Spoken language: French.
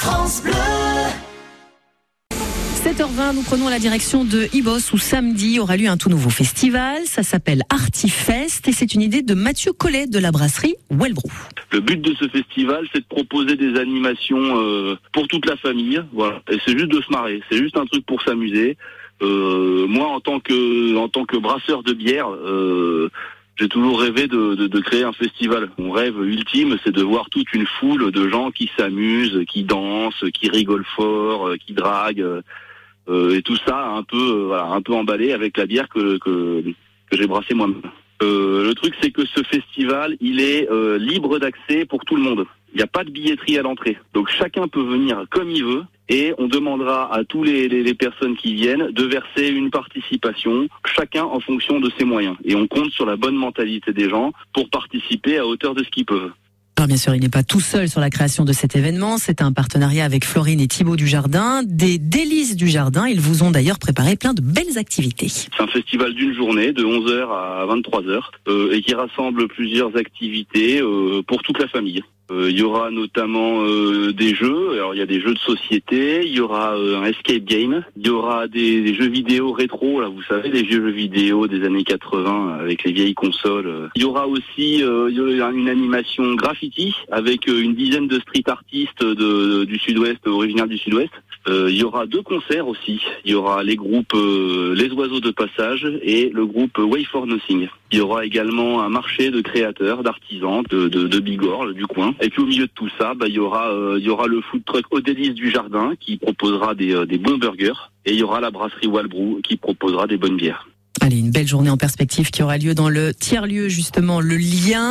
France Bleu. 7h20, nous prenons la direction de Ibos où samedi aura lieu un tout nouveau festival. Ça s'appelle Artifest et c'est une idée de Mathieu Collet de la brasserie Wellbrew. Le but de ce festival, c'est de proposer des animations pour toute la famille. Voilà. Et c'est juste de se marrer. C'est juste un truc pour s'amuser. Moi, en tant que brasseur de bière, j'ai toujours rêvé de créer un festival. Mon rêve ultime, c'est de voir toute une foule de gens qui s'amusent, qui dansent, qui rigolent fort, qui draguent. Et tout ça un peu emballé avec la bière que j'ai brassée moi-même. Le truc, c'est que ce festival, il est libre d'accès pour tout le monde. Il n'y a pas de billetterie à l'entrée. Donc chacun peut venir comme il veut et on demandera à tous les personnes qui viennent de verser une participation, chacun en fonction de ses moyens. Et on compte sur la bonne mentalité des gens pour participer à hauteur de ce qu'ils peuvent. Alors bien sûr, il n'est pas tout seul sur la création de cet événement. C'est un partenariat avec Florine et Thibaut du Jardin, des Délices du Jardin. Ils vous ont d'ailleurs préparé plein de belles activités. C'est un festival d'une journée, de 11h à 23h, et qui rassemble plusieurs activités pour toute la famille. Il y aura notamment des jeux. Alors il y a des jeux de société, il y aura un escape game, il y aura des jeux vidéo rétro, là vous savez, les vieux jeux vidéo des années 80 avec les vieilles consoles. Il y aura aussi une animation graffiti avec une dizaine de street artistes du Sud-Ouest, originaires du Sud-Ouest. Il y aura 2 concerts aussi. Il y aura les groupes Les Oiseaux de Passage et le groupe Way for Nothing. Il y aura également un marché de créateurs, d'artisans, de Bigorre, du coin. Et puis au milieu de tout ça, il y aura le food truck Aux Délices du Jardin qui proposera des bons burgers. Et il y aura la brasserie Wellbrew qui proposera des bonnes bières. Allez, une belle journée en perspective qui aura lieu dans le tiers-lieu, justement, le lien.